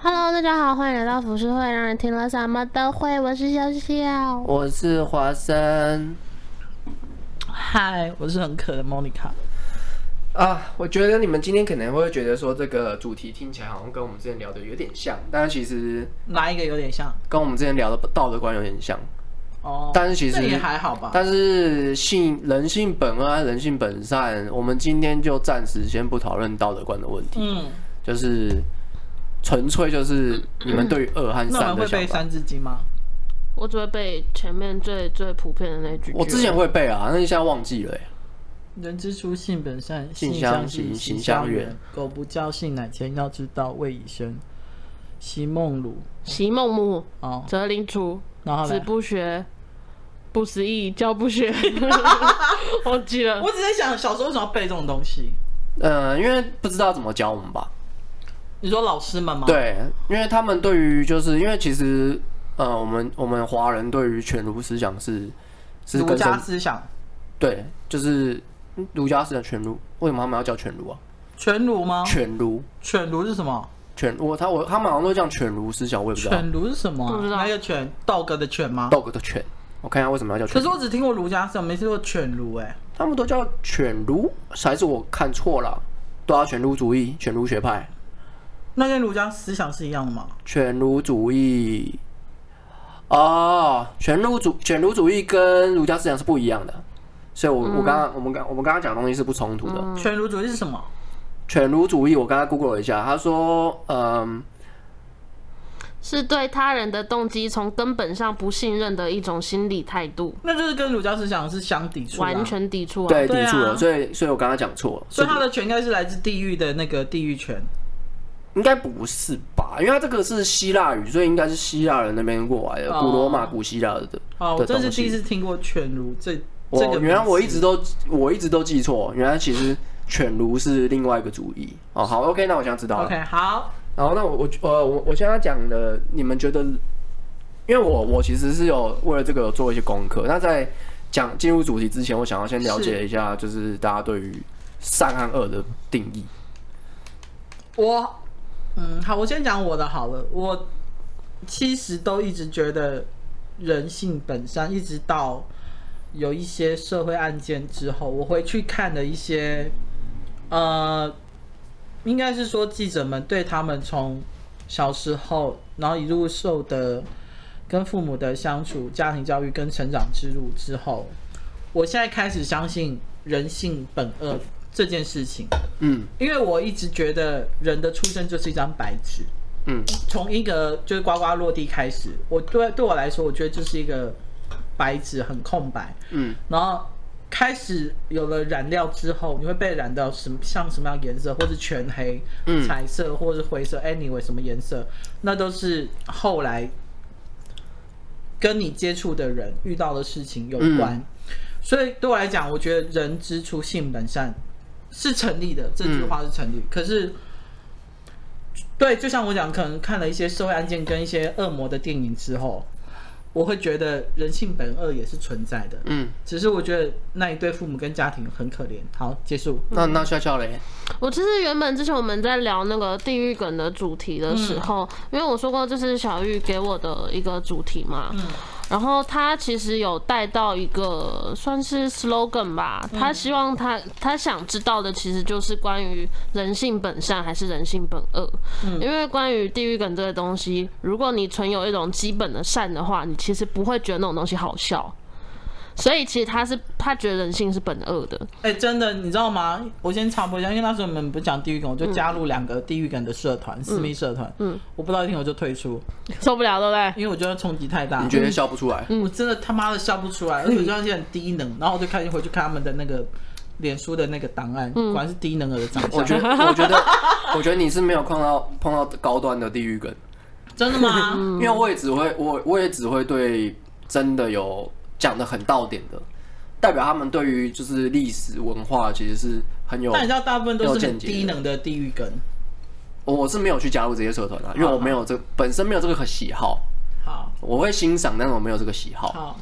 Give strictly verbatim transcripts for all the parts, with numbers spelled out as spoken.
Hello， 大家好，欢迎来到浮世会，让人听了什么都会。我是笑笑， 我是华生。 嗨，我是很渴的 Monica。 啊，我觉得你们今天可能会觉得说这个主题听起来好像跟我们之前聊的有点像，但是其实哪一个有点像？ 跟我们之前聊的道德观有点像。 哦， 但是其实这也还好吧。 但是性人性本恶、人性本善，我们今天就暂时先不讨论道德观的问题。嗯，就是纯粹就是你们对于恶和善的想法。 那我们会背《三字经》吗？ 我只会背前面最最普遍的那句。 我之前会背啊，那现在忘记了。 人之初，性本善， 性相近，行相远。 苟不教，性乃迁。要知道，谓以身。昔孟儒， 昔孟母， 哦， 择邻处， 然后子不学，不思义，教不学。忘记了。 我只在想，小时候为什么要背这种东西？ 呃，因为不知道怎么教我们吧。 你说老师们吗？ 对，因为他们对于就是因为其实呃，我们我们华人对于犬儒思想是是儒家思想。 对，就是儒家思想犬儒，为什么他们要叫犬儒啊？ 犬儒吗？ 犬儒， 犬儒是什么？ 犬我他我他们好像都讲犬儒思想，我也不知道。 犬儒是什么、啊？ 不知道。 那个犬，dog 的犬吗 ？dog 的犬，我看一下为什么要叫犬。 可是我只听过儒家思想，没听过犬儒哎。 他们都叫犬儒，还是我看错了？对啊，犬儒主义、犬儒学派。 那跟儒家思想是一样的吗？ 犬儒主义，哦，犬儒主犬儒主义跟儒家思想是不一样的，所以我、嗯、我刚刚我们刚我们刚刚讲的东西是不冲突的。 嗯、犬儒主义是什么？ 犬儒主义，我刚才 Google 了一下，他说，嗯， 是对他人的动机从根本上不信任的一种心理态度。 那就是跟儒家思想是相抵触、啊， 完全抵触啊！ 对，抵触了。所以，所以我刚刚讲错了。 所以他的权应该是来自地狱的那个地狱权。 应该不是吧？因为它这个是希腊语，所以应该是希腊人那边过来的，哦、古罗马、古希腊的。 哦，我这是第一次听过犬儒这这个。 原来我一直都我一直都记错，原来其实犬儒是另外一个主义。哦，好 ，OK， 那我现在知道了。 OK， 好。 然后那我我呃我我现在讲的，你们觉得？因为我我其实是有为了这个有做一些功课。那在讲进入主题之前，我想要先了解一下，就是大家对于善和恶的定义。 我。嗯，好，我先讲我的好了。我其实都一直觉得人性本善，一直到有一些社会案件之后，我回去看了一些，呃，应该是说记者们对他们从小时候，然后一路受的跟父母的相处、家庭教育跟成长之路之后，我现在开始相信人性本恶这件事情。嗯，因为我一直觉得人的出生就是一张白纸。嗯，从一个就是呱呱落地开始，我对对我来说，我觉得就是一个白纸，很空白。嗯，然后开始有了染料之后，你会被染到什么像什么样颜色，或是全黑、嗯、彩色，或是灰色 ，anyway 什么颜色，那都是后来跟你接触的人遇到的事情有关。嗯、所以对我来讲，我觉得人之初性本善。是成立的，这句话是成立。嗯、可是，对，就像我讲，可能看了一些社会案件跟一些恶魔的电影之后，我会觉得人性本恶也是存在的。嗯，只是我觉得那一对父母跟家庭很可怜。好，结束。 那那笑笑嘞？ 我其实原本之前我们在聊那个地狱梗的主题的时候，嗯、因为我说过这是小玉给我的一个主题嘛。嗯。然后他其实有带到一个算是 slogan 吧，他希望他他想知道的其实就是关于人性本善还是人性本恶。嗯，因为关于地狱梗这个东西，如果你存有一种基本的善的话，你其实不会觉得那种东西好笑。所以其实他是他觉得人性是本恶的。 哎、欸，真的，你知道吗？我先插播一下，因为那时候我们不是讲地狱梗，我就加入两个地狱梗的社团，嗯、私密社团。嗯，我不知道一听我就退出， 受不了，对不对？ 因为我觉得冲击太大。 你觉得笑不出来？ 嗯，我真的他妈的笑不出来，而且我觉得那些很低能，然后我就开始回去看他们的那个脸书的那个档案，嗯、果然是低能儿的长相。 我觉得，我觉得，我觉得你是没有碰到碰到高端的地狱梗。 真的吗？ 因为我也只会我我也只会对真的有讲的很到点的。代表他们对于就是历史文化其实是很有， 但你知道大部分都是很低能的地狱梗。 我是没有去加入这些社团啊，因为我没有这本身没有这个喜好。好，我会欣赏，但是我没有这个喜好。 好，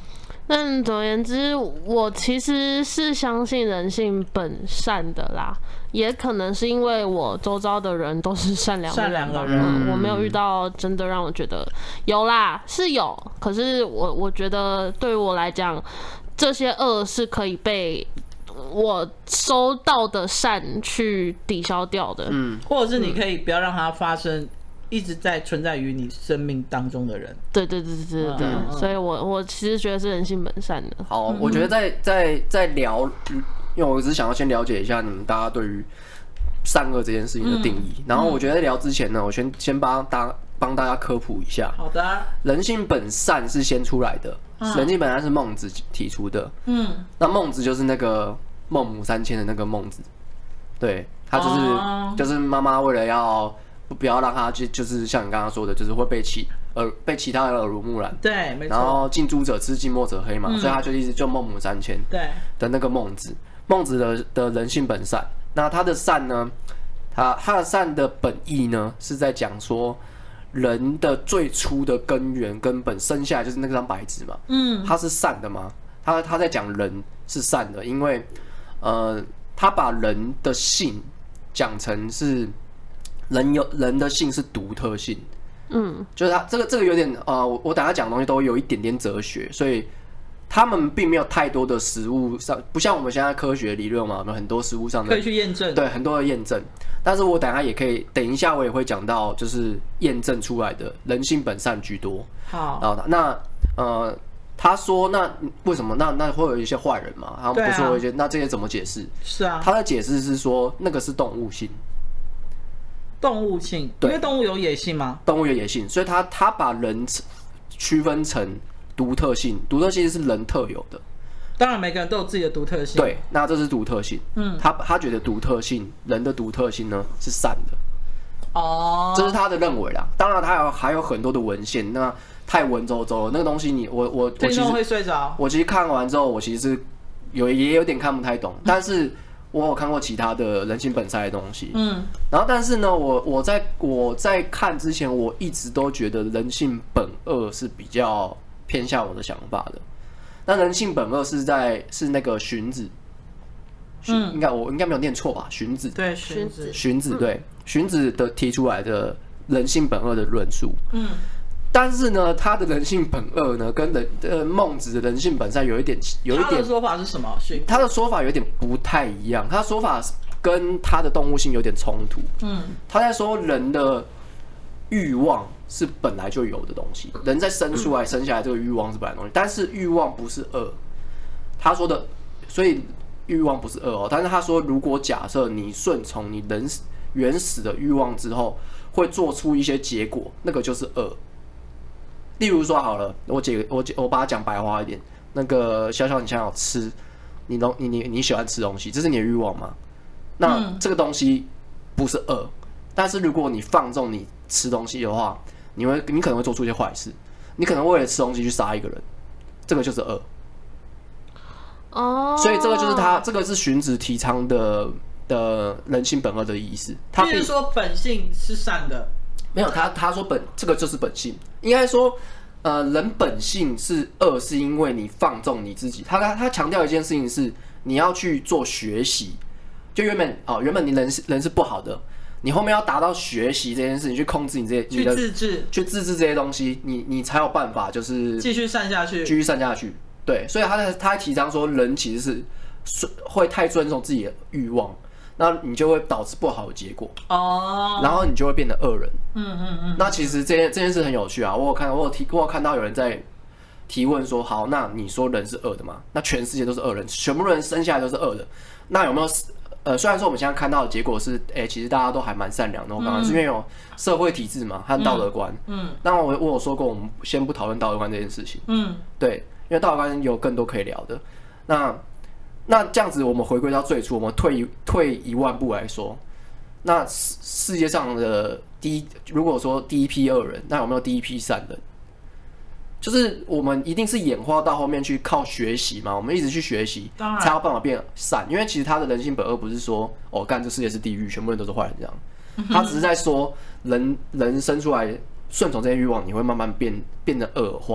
但总而言之，我其实是相信人性本善的啦，也可能是因为我周遭的人都是善良的人吧， 善良的人嗯，我没有遇到真的让我觉得有啦，是有，可是我我觉得对于我来讲，这些恶是可以被我收到的善去抵消掉的， 嗯， 或者是你可以不要让它发生。一直在存在于你生命当中的人， 对对对对对对， 嗯嗯、 所以我我其实觉得是人性本善的。 好，我觉得在在在聊，因为我只是想要先了解一下你们大家对于善恶这件事情的定义。嗯、然后我觉得在聊之前呢，我先先帮大帮大家科普一下。 好的， 人性本善是先出来的，嗯、人性本善是孟子提出的。嗯，那孟子就是那个孟母三迁的那个孟子，对他就是、哦、就是妈妈为了要。不要让他就就是像你刚刚说的，就是会被其耳被其他人耳濡目染， 对，没错。 然后近朱者赤，近墨者黑嘛，嗯、所以他就一直就孟母三迁对的那个孟子，孟子的的人性本善。那他的善呢，他他的善的本意呢，是在讲说人的最初的根源根本生下来就是那张白纸嘛，嗯，他是善的吗？他他在讲人是善的，因为呃，他把人的性讲成是。人有人的性是独特性，嗯，就是他这个这个有点呃，我我等下讲的东西都有一点点哲学，所以他们并没有太多的实物上，不像我们现在科学理论嘛，有很多实物上的可以去验证， 对，很多的验证。但是我等下也可以，等一下我也会讲到，就是验证出来的人性本善居多。 好， 然后那呃，他说那为什么那那会有一些坏人嘛？他们不说一些，啊、那这些怎么解释？ 是啊， 他的解释是说那个是动物性。 动物性，因为动物有野性吗？ 动物有野性，所以他他把人区分成独特性，独特性是人特有的。 当然，每个人都有自己的独特性。 对，那这是独特性。嗯，他他觉得独特性，人的独特性呢是善的。 哦， 这是他的认为啦。当然，他有还有很多的文献，那太文绉绉了。那个东西你，我我我其实会睡着。 我其实看完之后，我其实有也有点看不太懂，嗯、但是。我有看过其他的人性本善的东西，嗯，然后但是呢，我我在我在看之前，我一直都觉得人性本恶是比较偏向我的想法的。那人性本恶是在是那个荀子，嗯，应该我应该没有念错吧？荀子， 对，荀子， 荀子对，荀子的提出来的人性本恶的论述，嗯。但是呢，他的人性本恶呢，跟人呃孟子的人性本善有一点有一点。 他的说法是什么？ 他的说法有点不太一样，他的说法跟他的动物性有点冲突。嗯，他在说人的欲望是本来就有的东西，人在生出来生下来这个欲望是本来的东西，但是欲望不是恶。他说的，所以欲望不是恶哦。但是他说，如果假设你顺从你人原始的欲望之后，会做出一些结果，那个就是恶。例如说好了，我解我我把它讲白话一点，那个小小你想要吃，你东你你你喜欢吃东西，这是你的欲望吗？那这个东西不是恶，但是如果你放纵你吃东西的话，你会你可能会做出一些坏事，你可能为了吃东西去杀一个人，这个就是恶。哦，所以这个就是他这个是荀子提倡的的人性本恶的意思。他比如说本性是善的。 没有，他他说本这个就是本性，应该说，呃，人本性是恶，是因为你放纵你自己。他他他强调一件事情是，你要去做学习，就原本哦，原本你人是人是不好的，你后面要达到学习这件事情，去控制你这些， 去自制， 去自制这些东西，你你才有办法就是继续善下去， 继续善下去。对，所以他在他提倡说，人其实是会太遵从自己的欲望。那你就会导致不好的结果哦， oh. 然后你就会变得恶人。嗯嗯嗯。那其实这件这件事很有趣啊，我有看我有提我有看到有人在提问说，好，那你说人是恶的吗？那全世界都是恶人，全部人生下来都是恶的。那有没有呃，虽然说我们现在看到的结果是，哎、欸，其实大家都还蛮善良的。我刚刚是因为有社会体制嘛，和道德观。嗯。嗯那我我有说过，我们先不讨论道德观这件事情。嗯。对，因为道德观有更多可以聊的。那。那这样子，我们回归到最初，我们退一退一万步来说，那世界上的第一，如果说第一批恶人，那有没有第一批善人？就是我们一定是演化到后面去靠学习嘛，我们一直去学习，才有办法变善。因为其实他的人性本恶不是说哦，干这世界是地狱，全部人都是坏人这样，他只是在说人人生出来顺从这些欲望，你会慢慢变变得恶化。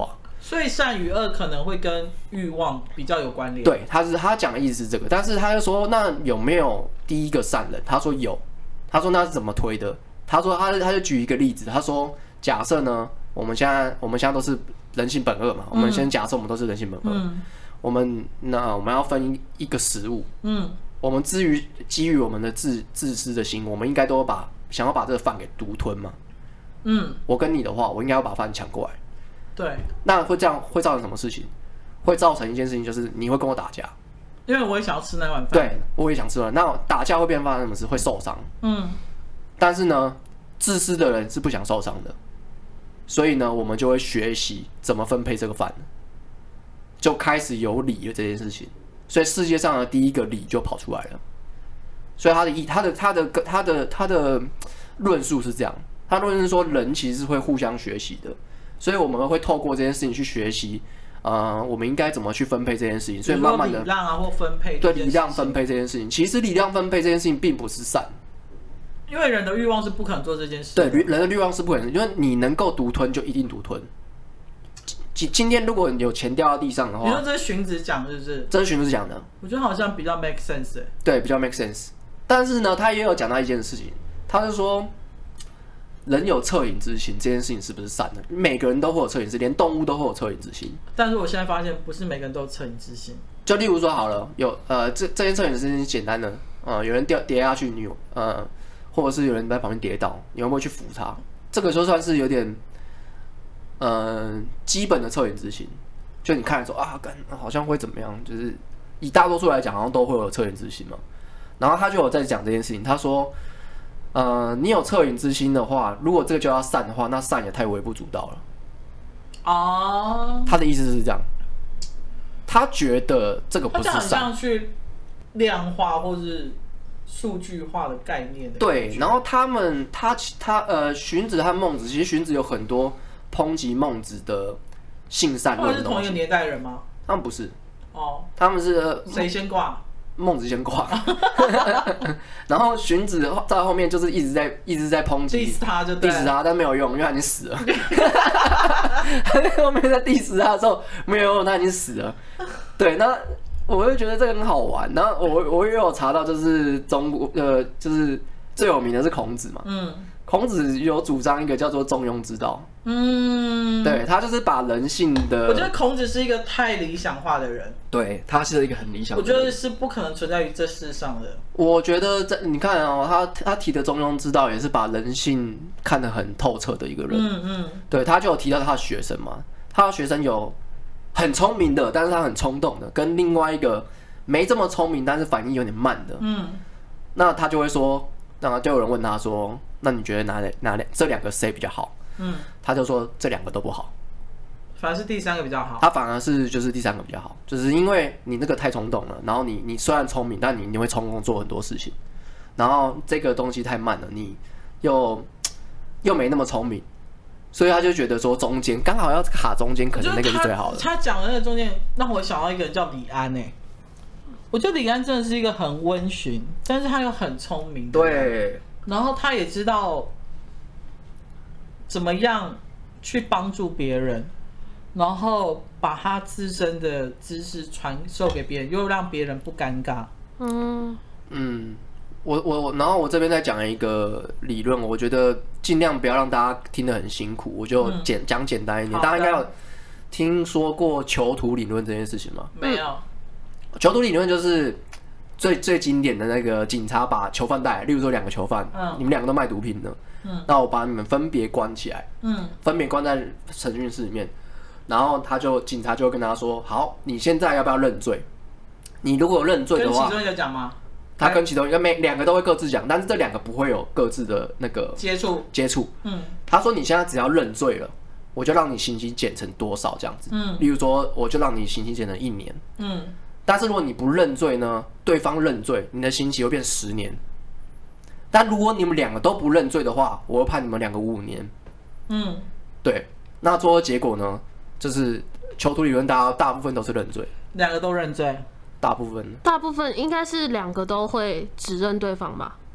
所以善与恶可能会跟欲望比较有关联。 对，他是他讲的意思是这个，但是他就说那有没有第一个善人？他说有，他说那是怎么推的？他说他他就举一个例子，他说假设呢，我们现在我们现在都是人性本恶嘛，我们先假设我们都是人性本恶，嗯、我们那我们要分一个食物，嗯，我们基于基于我们的自自私的心，我们应该都把想要把这个饭给独吞嘛，嗯，我跟你的话，我应该要把饭抢过来， 对， 那会这样会造成什么事情？会造成一件事情，就是你会跟我打架， 因为我也想要吃那碗饭， 对，我也想吃完，那打架会变发生什么事？会受伤，嗯，但是呢，自私的人是不想受伤的。所以呢，我们就会学习怎么分配这个饭，就开始有理了这件事情。所以世界上的第一个理就跑出来了。所以他的意，他的他的他的他的论述是这样，他论述是说人其实是会互相学习的，所以我们会透过这件事情去学习，呃，我们应该怎么去分配这件事情。所以慢慢的， 礼让啊或分配， 对礼让分配这件事情，其实礼让分配这件事情并不是善。 因为人的欲望是不可能做这件事。 对，人的欲望是不可能，因为你能够独吞就一定独吞。今今天如果有钱掉到地上的话， 你说这是荀子讲是不是？ 这是荀子讲的， 我觉得好像比较 make sense 哎。 对，比较 make sense。但是呢，他也有讲到一件事情，他是说人有恻隐之心，这件事情是不是善的？每个人都会有恻隐之心，连动物都会有恻隐之心。 但是我现在发现，不是每个人都有恻隐之心。 就例如说好了，有呃这这件恻隐之心是简单的，呃有人掉跌下去，你有呃。或者是有人在旁边跌倒，你会不会去扶他？这个就算是有点，呃，基本的恻隐之心。就你看的时候啊，干好像会怎么样？就是以大多数来讲，好像都会有恻隐之心嘛。然后他就有在讲这件事情，他说，呃，你有恻隐之心的话，如果这个就要善的话，那善也太微不足道了。哦，他的意思是这样，他觉得这个不是善， 他很像去量化或是数据化的概念的。 对，然后他们他他呃，荀子和孟子，其实荀子有很多抨击孟子的性善论的东西。 他们是同一个年代人吗？ 他们不是。 哦， 他们是谁先挂？ 孟子先挂，然后荀子在后面就是一直在一直在抨击 diss 他，就 diss 他，但没有用，因为他已经死了。他在后面在 diss 他的时候没有用，他已经死了。对，那。我会觉得这个很好玩，然后我我也有查到，就是中国呃，就是最有名的是孔子嘛，嗯，孔子有主张一个叫做中庸之道，嗯，对他就是把人性的， 我觉得孔子是一个太理想化的人， 对他是一个很理想的人， 我觉得是不可能存在于这世上的。 我觉得在你看哦，他他提的中庸之道也是把人性看得很透彻的一个人，嗯嗯，对他就有提到他的学生嘛，他的学生有。很聪明的，但是他很冲动的，跟另外一个没这么聪明，但是反应有点慢的，嗯，那他就会说，那就有人问他说，那你觉得哪哪两这两个谁比较好？嗯，他就说这两个都不好， 反而是第三个比较好。 他反而是就是第三个比较好，就是因为你那个太冲动了，然后你你虽然聪明，但你你会冲动做很多事情，然后这个东西太慢了，你又又没那么聪明。所以他就觉得说中间刚好要卡中间，可能那个是最好的。 他讲的那个中间让我想到一个人叫李安诶、欸，我觉得李安真的是一个很温驯，但是他又很聪明。 对， 然后他也知道怎么样去帮助别人，然后把他自身的知识传授给别人，又让别人不尴尬。嗯嗯。我我然后我这边再讲一个理论，我觉得尽量不要让大家听得很辛苦，我就简讲简单一点。大家应该有听说过囚徒理论这件事情吗？ 没有。 囚徒理论就是最最经典的那个警察把囚犯带来，例如说两个囚犯，嗯、你们两个都卖毒品的，嗯，那我把你们分别关起来，嗯，分别关在审讯室里面，然后他就警察就会跟他说，好，你现在要不要认罪？你如果认罪的话， 跟其中一个讲吗？ 他跟其中一个每两个都会各自讲，但是这两个不会有各自的那个接触接触。嗯，他说你现在只要认罪了，我就让你刑期减成多少这样子。嗯，例如说我就让你刑期减成一年。嗯，但是如果你不认罪呢，对方认罪，你的刑期会变十年。但如果你们两个都不认罪的话，我会判你们两个五年。嗯，对。那最后结果呢，就是囚徒理论，大家大部分都是认罪， 两个都认罪。 大部分大部分应该是两个都会指认对方吧？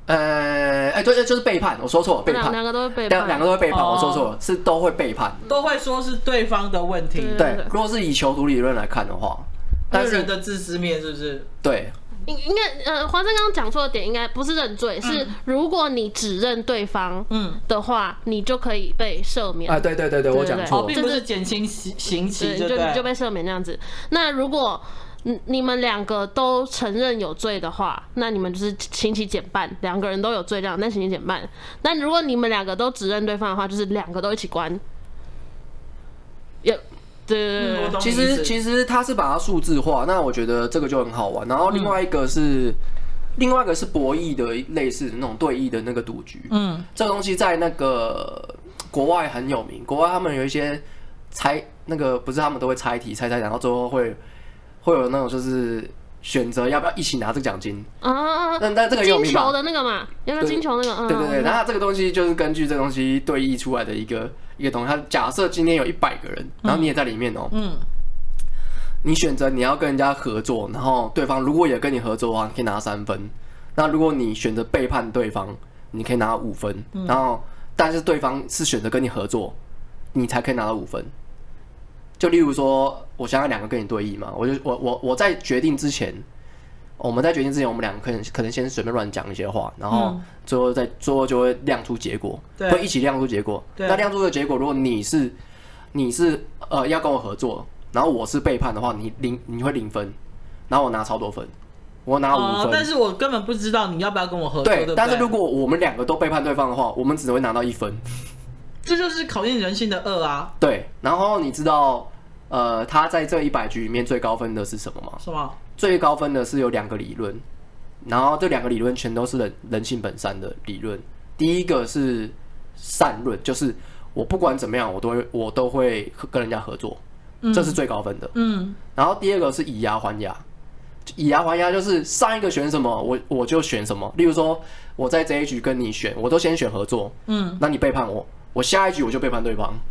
呃，哎、欸，对，就是背叛，我说错了，背叛， 两个都会背叛， 两个都会背叛， 哦、 我说错了，是都会背叛， 都会说是对方的问题。 对， 对，如果是以囚徒理论来看的话， 但是人的自私面是不是？ 对。 应应该呃，华生刚刚讲错的点应该不是认罪，嗯、是如果你指认对方的话，嗯、你就可以被赦免。 啊，对对对对，我讲错了， 并不是减轻刑刑期， 就你就被赦免这样子。那如果你们两个都承认有罪的话，那你们就是刑期减半，两个人都有罪这样，那刑期减半。那如果你们两个都指认对方的话，就是两个都一起关。有。对对对， 嗯、 其实其实他是把它数字化，那我觉得这个就很好玩。然后另外一个是，嗯、另外一个是博弈的类似的那种对弈的那个赌局。嗯，这个东西在那个国外很有名，国外他们有一些猜那个不是他们都会猜题猜猜，然后最后会会有那种就是选择要不要一起拿这个奖金啊？ 那那这个有名吧？ 金球的那个嘛，有个金球那个，嗯、 对对对。然后它这个东西就是根据这个东西对弈出来的一个。一个东西，它假设今天有一百个人，然后你也在里面哦、喔，嗯，你选择你要跟人家合作，然后对方如果也跟你合作的话，你可以拿三分。那如果你选择背叛对方，你可以拿到五分。嗯、然后，但是对方是选择跟你合作，你才可以拿到五分。就例如说，我现在两个跟你对弈嘛，我就我我我在决定之前。我们在决定之前，我们两个可能可能先随便乱讲一些话，然后最后再最后就会亮出结果，会一起亮出结果。那亮出的结果，如果你是你是呃要跟我合作，然后我是背叛的话，你零你会零分，然后我拿超多分，我拿五分、 哦。但是我根本不知道你要不要跟我合作。 对， 对对， 但是如果我们两个都背叛对方的话，我们只会拿到一分。 这就是考验人性的恶啊！ 对，然后你知道呃他在这一百局里面最高分的是什么吗？ 什么？ 最高分的是有两个理论，然后这两个理论全都是人人性本善的理论。第一个是善论，就是我不管怎么样，我都会我都会跟人家合作，嗯、这是最高分的。嗯。然后第二个是以牙还牙，以牙还牙就是上一个选什么，我我就选什么。例如说，我在这一局跟你选，我都先选合作，嗯，那你背叛我，我下一局我就背叛对方。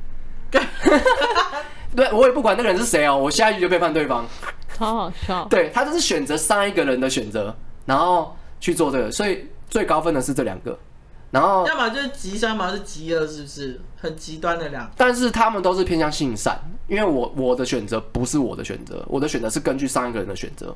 对，我也不管那个人是谁哦，我下一局就背叛对方。 超好笑， 对，他就是选择上一个人的选择，然后去做这个，所以最高分的是这两个，然后要么就是极善，要么是极恶，是不是很极端的两个？ 但是他们都是偏向性善，因为我我的选择不是我的选择，我的选择是根据上一个人的选择。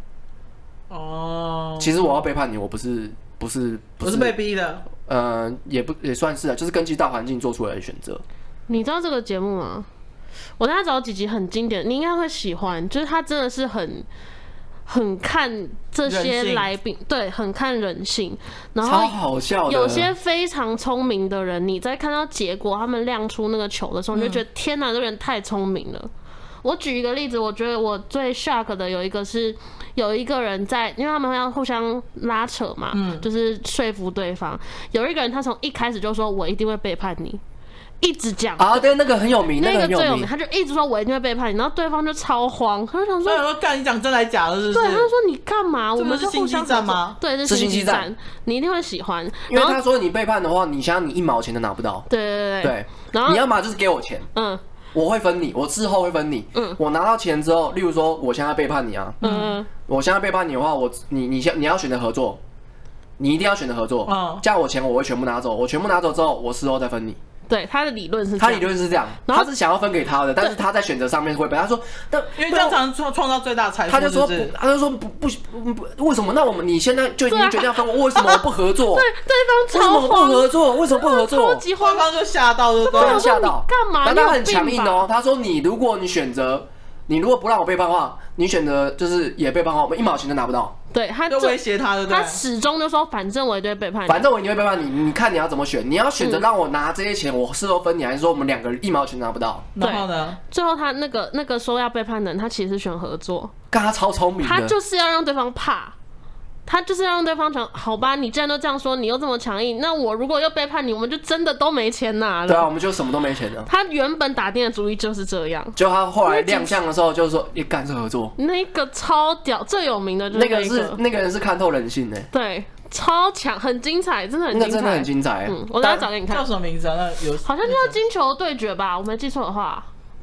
哦， 其实我要背叛你，我不是不是不是被逼的， 呃，也不也算是啊，就是根据大环境做出来的选择。 你知道这个节目吗？我大概找几集很经典，你应该会喜欢。就是他真的是很很看这些来宾，对，很看人性。然后超好笑的， 有些非常聪明的人，你在看到结果他们亮出那个球的时候，你就觉得、嗯、天哪，这个人太聪明了。我举一个例子，我觉得我最 shock 的有一个是有一个人在，因为他们要互相拉扯嘛，嗯、就是说服对方。有一个人他从一开始就说我一定会背叛你。一直讲啊，对，那个很有名， 那个最有名，他就一直说我一定会背叛你，然后对方就超慌，他就想说， 说干你讲真来假的，是不是？ 对，他就说你干嘛？我们是互相战吗？ 对， 是心机战， 你一定会喜欢。 因为他说你背叛的话，你现在你一毛钱都拿不到。 对对对对，然后你要嘛就是给我钱，嗯，我会分你，我之后会分你，嗯，我拿到钱之后，例如说我现在背叛你啊，嗯，我现在背叛你的话，我你你先你要选择合作，你一定要选择合作，嗯，加我钱我会全部拿走，我全部拿走之后，我事后再分你。 对，他的理论是这样， 他理论是这样，他是想要分给他的，但是他在选择上面会被他说，但因为这样才能创创造最大财富。 他就说不，他就说不不不，为什么？那我们你现在就已经决定要分我，为什么我不合作？ 对，对方超为什么不合作？为什么不合作？ 超级慌， 对方就吓到，对不对？吓到， 干嘛？ 但他很强硬哦，他说你如果你选择，你如果不让我背叛的话，你选择就是也背叛的话，我们一毛钱都拿不到。 对，他就威胁他，对不对？ 他始终就说，反正我一定会背叛你， 反正我一定会背叛你。你看你要怎么选？你要选择让我拿这些钱，我事后分你，还是说我们两个人一毛钱拿不到？ 然后呢？ 最后他那个那个说要背叛的人，他其实是选合作。 干他超聪明的， 他就是要让对方怕。他就是要让对方讲，好吧，你既然都这样说，你又这么强硬，那我如果又背叛你，我们就真的都没钱拿了。 对啊，我们就什么都没钱了。 他原本打定的主意就是这样， 就他后来亮相的时候，就是说你干是合作。 那个超屌，最有名的就是那个、那个是那个人是看透人性的， 对，超强，很精彩，真的很精彩， 那真的很精彩。 嗯，我等下找给你看。 叫什么名字啊？那有好像就叫金球对决吧，我没记错的话。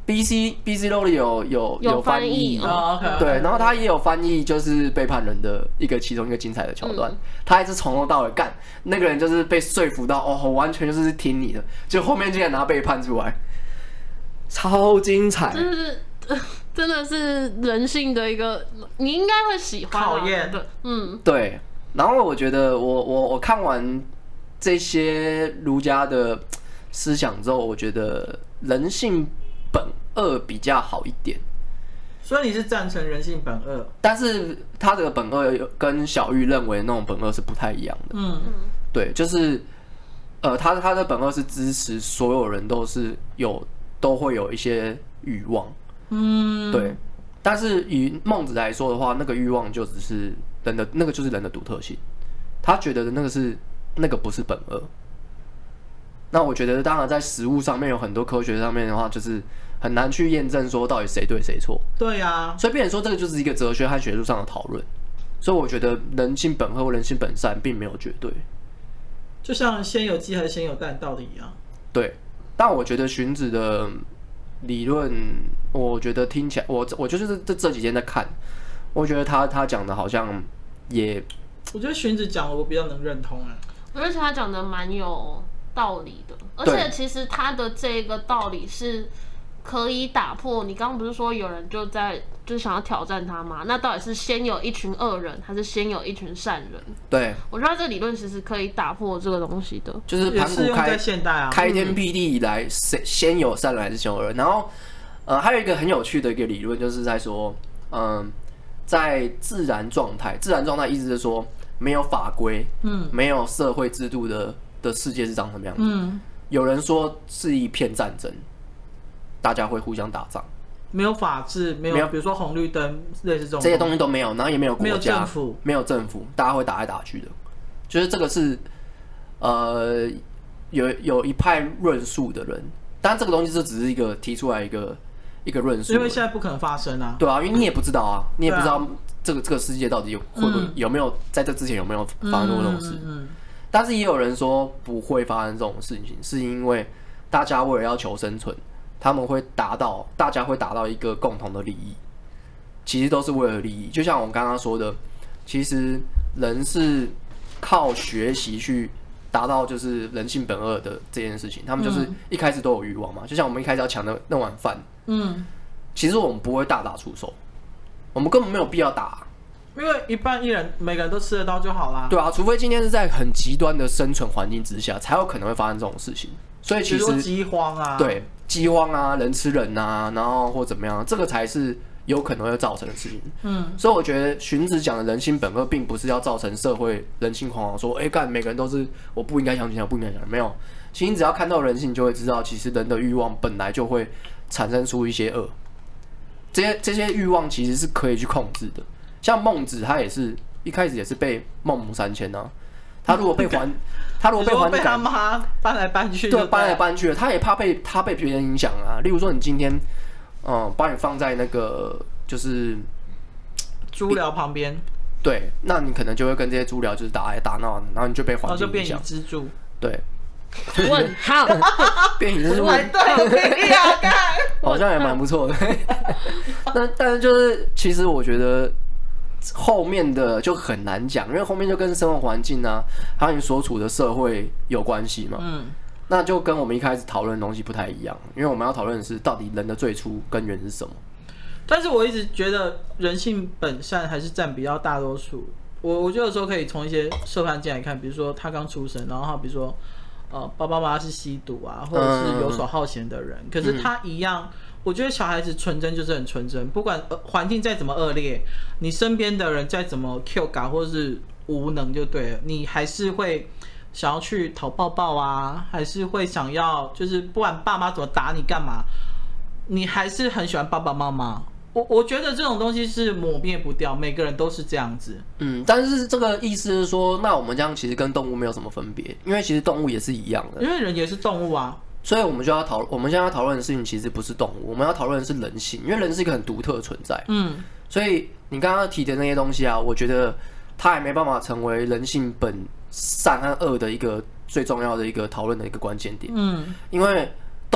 B C B C Lowry 有有有翻翻译哦，OK， 对，然后他也有翻译，就是背叛人的一个其中一个精彩的桥段。嗯、他还是从头到尾干，那个人就是被说服到，哦，我完全就是听你的，就后面竟然拿背叛出来，超精彩。 就是、呃、真的是人性的一个，你应该会喜欢、啊。 考验的，嗯， 对。然后我觉得我我我看完这些儒家的思想之后，我觉得人性本恶比较好一点。 所以你是赞成人性本恶， 但是他的本恶跟小玉认为那种本恶是不太一样的。 嗯， 对，就是呃，他他的本恶是支持所有人都是有都会有一些欲望。 嗯， 对。但是以孟子来说的话，那个欲望就只是人的那个就是人的独特性，他觉得的那个是那个不是本恶。那我觉得，当然在实物上面有很多科学上面的话，就是很难去验证说到底谁对谁错。 对呀、啊， 所以变成说这个就是一个哲学和学术上的讨论。所以我觉得人性本恶或人性本善并没有绝对， 就像先有鸡还是先有蛋道理一样。 对，但我觉得荀子的理论，我觉得听起来，我我就是这这几天在看，我觉得他他讲的好像也， 我觉得荀子讲的我比较能认同哎， 而且他讲的蛮有道理的，而且其实他的这个道理是可以打破。你刚刚不是说有人就在就是想要挑战他吗？那到底是先有一群恶人，还是先有一群善人？ 对， 我觉得这个理论其实可以打破这个东西的。 就是盘古开现代啊， 开天辟地以来，谁先有善人还是先有恶人？然后呃，还有一个很有趣的一个理论，就是在说，嗯、呃，在自然状态，自然状态意思是说没有法规，嗯，没有社会制度的。的世界是长什么样子？嗯，有人说是一片战争，大家会互相打仗， 没有法治，没有，没有比如说红绿灯类似这种这些东西都没有，然后也没有国家， 没有政府， 没有政府，大家会打来打去的。就是这个是呃有有一派论述的人，当然这个东西就只是一个提出来一个一个论述， 因为现在不可能发生啊。 对啊，因为你也不知道啊，你也不知道这个这个世界到底有会不会、嗯、有没有在这之前有没有发生过这种事。嗯嗯嗯，但是也有人说不会发生这种事情，是因为大家为了要求生存，他们会达到，大家会达到一个共同的利益，其实都是为了利益。就像我刚刚说的，其实人是靠学习去达到就是人性本恶的这件事情。他们就是一开始都有欲望嘛，就像我们一开始要抢的那碗饭，嗯，其实我们不会大打出手，我们根本没有必要打。 因为一半一人每个人都吃得到就好啦。 对啊，除非今天是在很极端的生存环境之下，才有可能会发生这种事情。所以其实饥荒啊， 对，饥荒啊，人吃人啊，然后或怎么样，这个才是有可能会造成的事情。嗯，所以我觉得荀子讲的人性本恶，并不是要造成社会人性惶惶，说哎干每个人都是我不应该相信，我不应该相信。没有，其实你只要看到人性，就会知道，其实人的欲望本来就会产生出一些恶。这些这些欲望其实是可以去控制的。像孟子，他也是一开始也是被孟母三迁啊。他如果被还，他如果被还被他妈搬来搬去， 对，搬来搬去了，他也怕被他被别人影响啊。例如说，你今天，嗯，把你放在那个就是猪寮旁边， 对，那你可能就会跟这些猪寮就是打来打闹，然后你就被环境影响， 就变蚁之助， 对。 问号， 变蚁之助， 对呀，看， 好像也蛮不错的。但但是就是，其实我觉得。后面的就很难讲，因为后面就跟生活环境啊，还有你所处的社会有关系嘛。嗯，那就跟我们一开始讨论的东西不太一样，因为我们要讨论的是到底人的最初根源是什么。 但是我一直觉得人性本善还是占比较大多数。我我觉得有时候可以从一些社会案件来看，比如说他刚出生，然后他比如说呃爸爸妈妈是吸毒啊，或者是游手好闲的人，嗯、可是他一样。我觉得小孩子纯真就是很纯真，不管环境再怎么恶劣，你身边的人再怎么 Q 嘎或是无能就对了，你还是会想要去讨抱抱啊，还是会想要就是不管爸妈怎么打你干嘛，你还是很喜欢爸爸妈妈。我我觉得这种东西是抹灭不掉，每个人都是这样子。 嗯，但是这个意思是说，那我们这样其实跟动物没有什么分别，因为其实动物也是一样的， 因为人也是动物啊。 所以我们就要讨，我们现在要讨论的事情其实不是动物，我们要讨论的是人性，因为人是一个很独特的存在。嗯，所以你刚刚提的那些东西啊，我觉得它还没办法成为人性本善和恶的一个最重要的一个讨论的一个关键点。嗯，因为动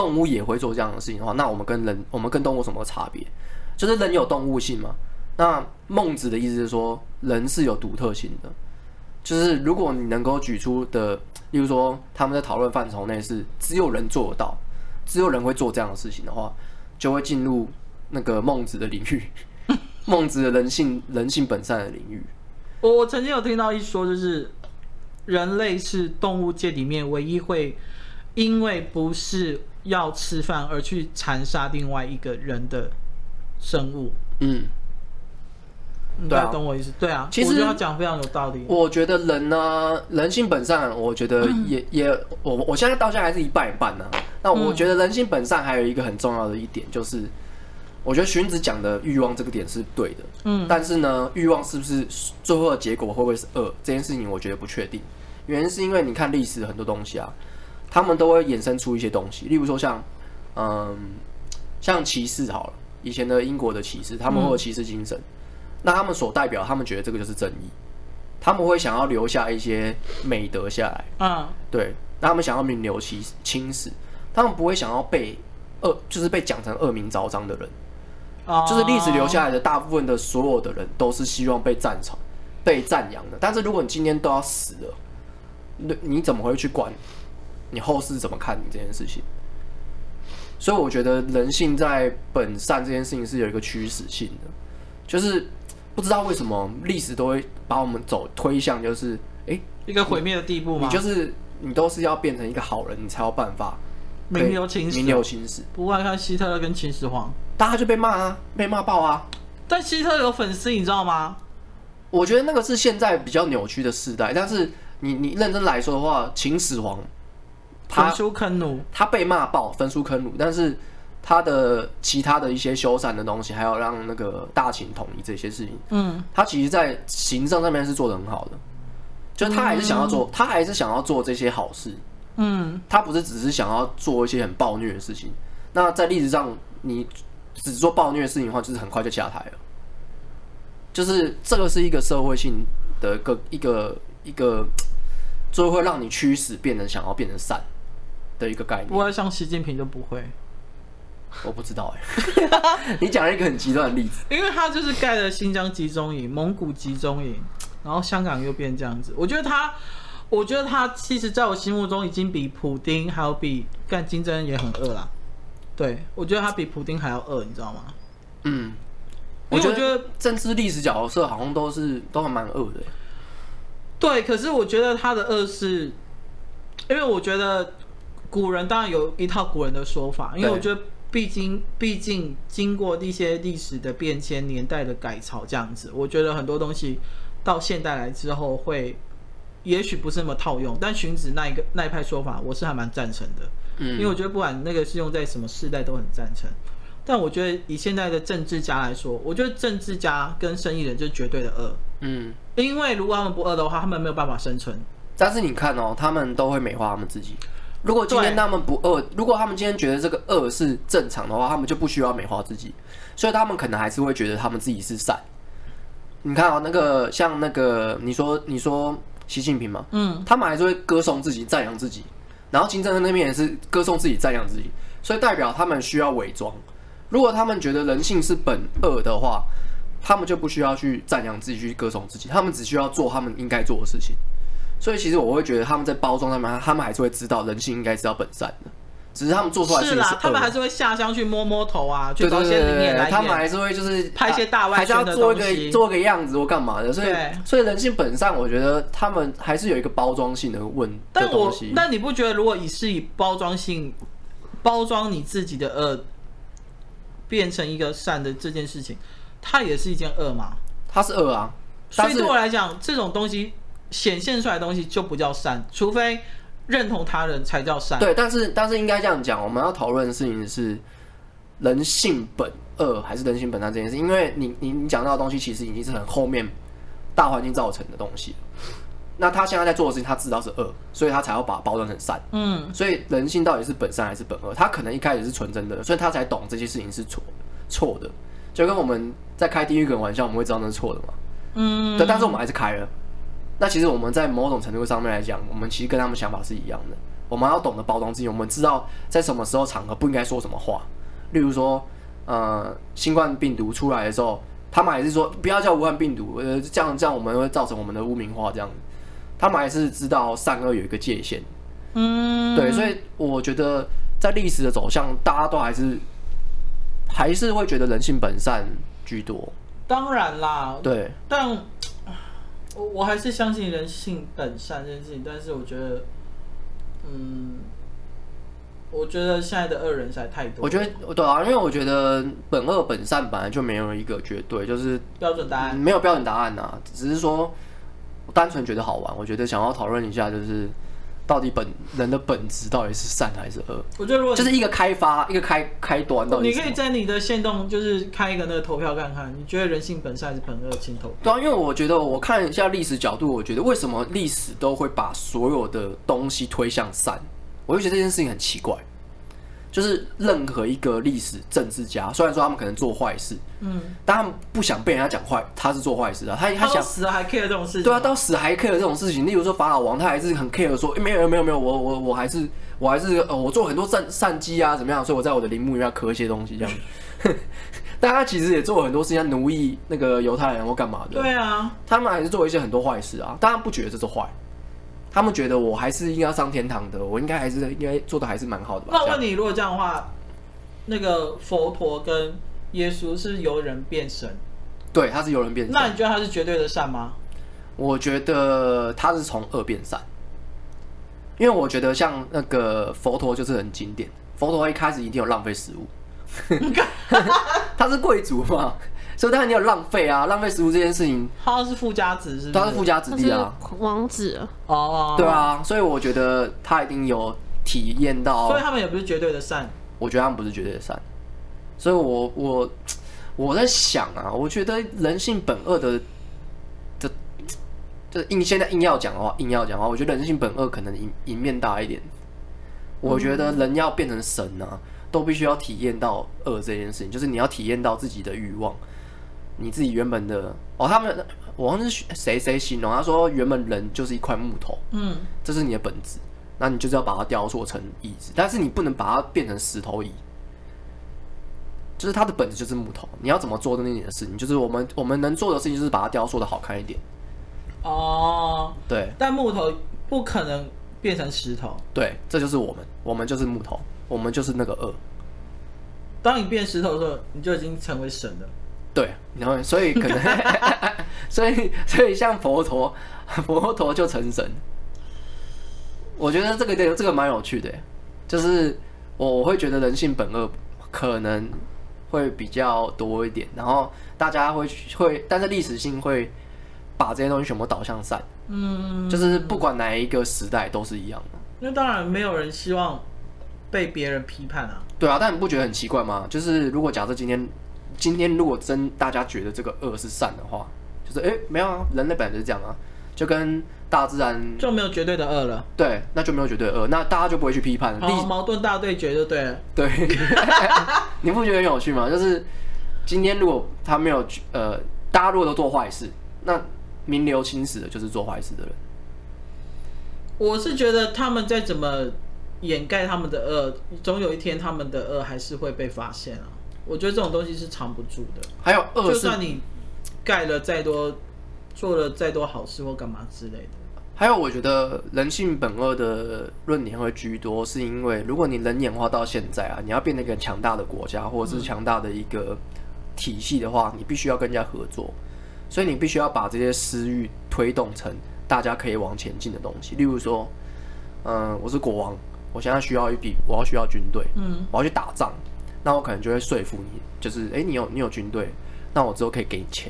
动物也会做这样的事情的话，那我们跟人，我们跟动物有什么差别？就是人有动物性嘛。那孟子的意思是说，人是有独特性的。就是如果你能够举出的，例如说他们在讨论范畴内是只有人做得到，只有人会做这样的事情的话，就会进入那个孟子的领域，孟子的人性人性本善的领域。 我我曾经有听到一说，就是人类是动物界里面唯一会因为不是要吃饭而去残杀另外一个人的生物。 嗯， 你大概懂我意思？对啊， 其实我觉得他讲非常有道理。 我觉得人呢，人性本善，我觉得也、嗯、也，我我现在到现在还是一半一半呢、啊。那我觉得人性本善还有一个很重要的一点，就是、嗯、我觉得荀子讲的欲望这个点是对的。嗯，但是呢，欲望是不是最后的结果会不会是恶？这件事情我觉得不确定。原因是因为你看历史很多东西啊，他们都会衍生出一些东西，例如说像嗯像骑士好了，以前的英国的骑士，他们会有骑士精神。嗯，那他们所代表，他们觉得这个就是正义，他们会想要留下一些美德下来，嗯，对，那他们想要名留青史，他们不会想要被恶，就是被讲成恶名昭彰的人，哦，就是历史留下来的大部分的所有的人都是希望被赞赏、被赞扬的。但是如果你今天都要死了，你怎么会去管你后世怎么看你这件事情？所以我觉得人性在本善这件事情是有一个驱使性的，就是不知道为什么历史都会把我们走推向就是，哎、欸， 一个毁灭的地步吗？ 你就是你都是要变成一个好人，你才有办法名留青史。 名留青史。 不过看希特勒跟秦始皇， 大家就被骂啊，被骂爆啊。 但希特勒有粉丝，你知道吗？ 我觉得那个是现在比较扭曲的世代，但是你你认真来说的话，秦始皇焚书坑儒， 他被骂爆，焚书坑儒，但是他的其他的一些修缮的东西，还有让那个大秦统一这些事情，嗯，他其实在行政上面是做得很好的，就是他还是想要做，嗯、他还是想要做这些好事，嗯，他不是只是想要做一些很暴虐的事情。那在历史上，你只做暴虐的事情的话，就是很快就下台了。就是这个是一个社会性的一个一个一个，就会让你驱使变成想要变成善的一个概念。 不会像习近平就不会。 我不知道哎、欸，你讲了一个很极端的例子， 因为他就是盖了新疆集中营、蒙古集中营，然后香港又变这样子。我觉得他，我觉得他其实在我心目中已经比普丁还有比干金正恩也很恶啦。对，我觉得他比普丁还要恶，你知道吗？ 嗯，我觉得政治历史角色好像都是都还蛮恶的、欸。 对，可是我觉得他的恶是，因为我觉得古人当然有一套古人的说法，因为我觉得。毕竟，毕竟经过一些历史的变迁、年代的改朝，这样子，我觉得很多东西到现代来之后会，也许不是那么套用。但荀子那一个那一派说法，我是还蛮赞成的，嗯，因为我觉得不管那个是用在什么世代都很赞成。但我觉得以现在的政治家来说，我觉得政治家跟生意人就是绝对的恶，嗯，因为如果他们不恶的话，他们没有办法生存。 但是你看哦，他们都会美化他们自己。如果今天他们不恶，如果他们今天觉得这个恶是正常的话，他们就不需要美化自己，所以他们可能还是会觉得他们自己是善。你看啊、哦，那个像那个你说你说习近平嘛，嗯，他们还是会歌颂自己、赞扬自己，然后金正恩那边也是歌颂自己、赞扬自己，所以代表他们需要伪装。如果他们觉得人性是本恶的话，他们就不需要去赞扬自己、去歌颂自己，他们只需要做他们应该做的事情。所以其实我会觉得他们在包装上面，他们还是会知道人性应该是要本善的，只是他们做出来的事情是恶的。 是啦，他们还是会下乡去摸摸头啊，去找些灵验来演。 他们还是会就是拍一些大外宣的东西， 还是要做一个做一个样子或干嘛的。所以所以人性本善，我觉得他们还是有一个包装性的问的东西。 但你不觉得如果以是以包装性包装你自己的恶，变成一个善的这件事情，它也是一件恶吗？ 它是恶啊。 所以对我来讲，这种东西。显现出来的东西就不叫善，除非认同他人才叫善。 对，但是但是应该这样讲，我们要讨论的事情是人性本恶还是人性本善这件事，因为你你你讲到的东西其实已经是很后面大环境造成的东西。那他现在在做的事情，他知道是恶，所以他才要把它包装成善。嗯，所以人性到底是本善还是本恶？他可能一开始是纯真的，所以他才懂这些事情是错错的。就跟我们在开地狱梗玩笑，我们会知道那是错的嘛。嗯，对，但是我们还是开了。那其实我们在某种程度上面来讲，我们其实跟他们想法是一样的。 我们要懂得包装自己，我们知道在什么时候场合不应该说什么话。例如说，呃，新冠病毒出来的时候，他们还是说不要叫武汉病毒，呃，这样这样我们会造成我们的污名化，这样。他们还是知道善恶有一个界限。嗯，对，所以我觉得在历史的走向，大家都还是还是会觉得人性本善居多。 当然啦， 对， 但我我还是相信人性本善这件事情，但是我觉得，嗯，我觉得现在的恶人实在太多了。 我觉得对啊，因为我觉得本恶本善本来就没有一个绝对，就是标准答案， 没有标准答案呐、啊，只是说我单纯觉得好玩。我觉得想要讨论一下，就是到底本人的本质到底是善还是恶？ 我觉得如果就是一个开发，一个开开端到底是什么。 你可以在你的限动就是开一个那个投票看看，你觉得人性本善还是本恶，请投票。 对啊，因为我觉得我看一下历史角度，我觉得为什么历史都会把所有的东西推向善，我就觉得这件事情很奇怪。就是任何一个历史政治家，虽然说他们可能做坏事，嗯，但他们不想被人家讲坏，他是做坏事啊。他他想死了还 care 这种事情， 对啊，到死还 care 这种事情。例如说法老王，他还是很 care 说，欸、没有没有没有，我我我还是我还是呃，我做很多善善机啊，怎么样？所以我在我的陵墓里面要刻一些东西这样。但他其实也做了很多事情，像奴役那个犹太人或干嘛的。 对啊， 他们还是做一些很多坏事啊，但他们不觉得这是坏。他们觉得我还是应该要上天堂的，我应该还是应该做的还是蛮好的吧。 那我问你，如果这样的话，那个佛陀跟耶稣是由人变神， 对，他是由人变神。 那你觉得他是绝对的善吗？ 我觉得他是从恶变善，因为我觉得像那个佛陀就是很经典，佛陀一开始一定有浪费食物，他是贵族嘛。所以当然你有浪费啊，浪费食物这件事情， 他是富家子是不是？ 他是富家子弟啊， 王子哦， 对啊，所以我觉得他一定有体验到， 所以他们也不是绝对的善， 我觉得他们不是绝对的善，所以我我我在想啊，我觉得人性本恶的的，就是硬现在硬要讲的话，硬要讲的话，我觉得人性本恶可能赢赢面大一点。我觉得人要变成神啊，都必须要体验到恶这件事情，就是你要体验到自己的欲望。你自己原本的哦，他们我忘记是谁谁形容，他说原本人就是一块木头，嗯，这是你的本质，那你就是要把它雕塑成椅子，但是你不能把它变成石头椅，就是它的本质就是木头，你要怎么做的那你的事情，就是我们我们能做的事情就是把它雕塑的好看一点。 哦， 对， 但木头不可能变成石头， 对，这就是我们，我们就是木头，我们就是那个恶。 当你变石头的时候，你就已经成为神了。 对，然后所以可能，所以所以像佛陀，佛陀就成神。我觉得这个这个蛮有趣的，就是我我会觉得人性本恶可能会比较多一点，然后大家会会，但是历史性会把这些东西全部导向善。嗯，就是不管哪一个时代都是一样的。 那当然没有人希望被别人批判啊。 对啊，但你不觉得很奇怪吗？就是如果假设今天。今天如果真大家觉得这个恶是善的话，就是哎、欸、没有啊，人类本来就是这样啊，就跟大自然就没有绝对的恶了。 对，那就没有绝对的恶，那大家就不会去批判。 好，矛盾大对决就对了。 对，你不觉得很有趣吗？就是今天如果他没有呃，大家如果都做坏事，那名留青史的就是做坏事的人。 我是觉得他们再怎么掩盖他们的恶，总有一天他们的恶还是会被发现啊。我觉得这种东西是藏不住的。 还有恶， 就算你盖了再多，做了再多好事或干嘛之类的。 还有，我觉得人性本恶的论点会居多，是因为如果你人演化到现在啊，你要变成一个强大的国家或者是强大的一个体系的话，你必须要跟人家合作，所以你必须要把这些私欲推动成大家可以往前进的东西。例如说，嗯，我是国王，我现在需要一笔，我要需要军队，嗯，我要去打仗。那我可能就会说服你，就是哎、欸，你有你有军队，那我之后可以给你钱，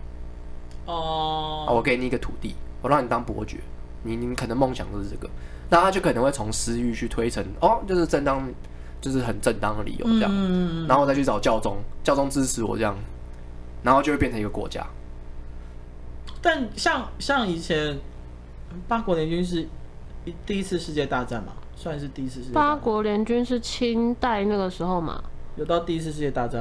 哦、oh. 啊，我给你一个土地，我让你当伯爵，你你可能梦想就是这个，那他就可能会从私欲去推成哦，就是正当，就是很正当的理由这样，嗯、然后我再去找教宗，教宗支持我这样，然后就会变成一个国家。 但像像以前八国联军是第一次世界大战嘛，算是第一次世界大战。 八国联军是清代那个时候嘛。 有到第一次世界大战吗？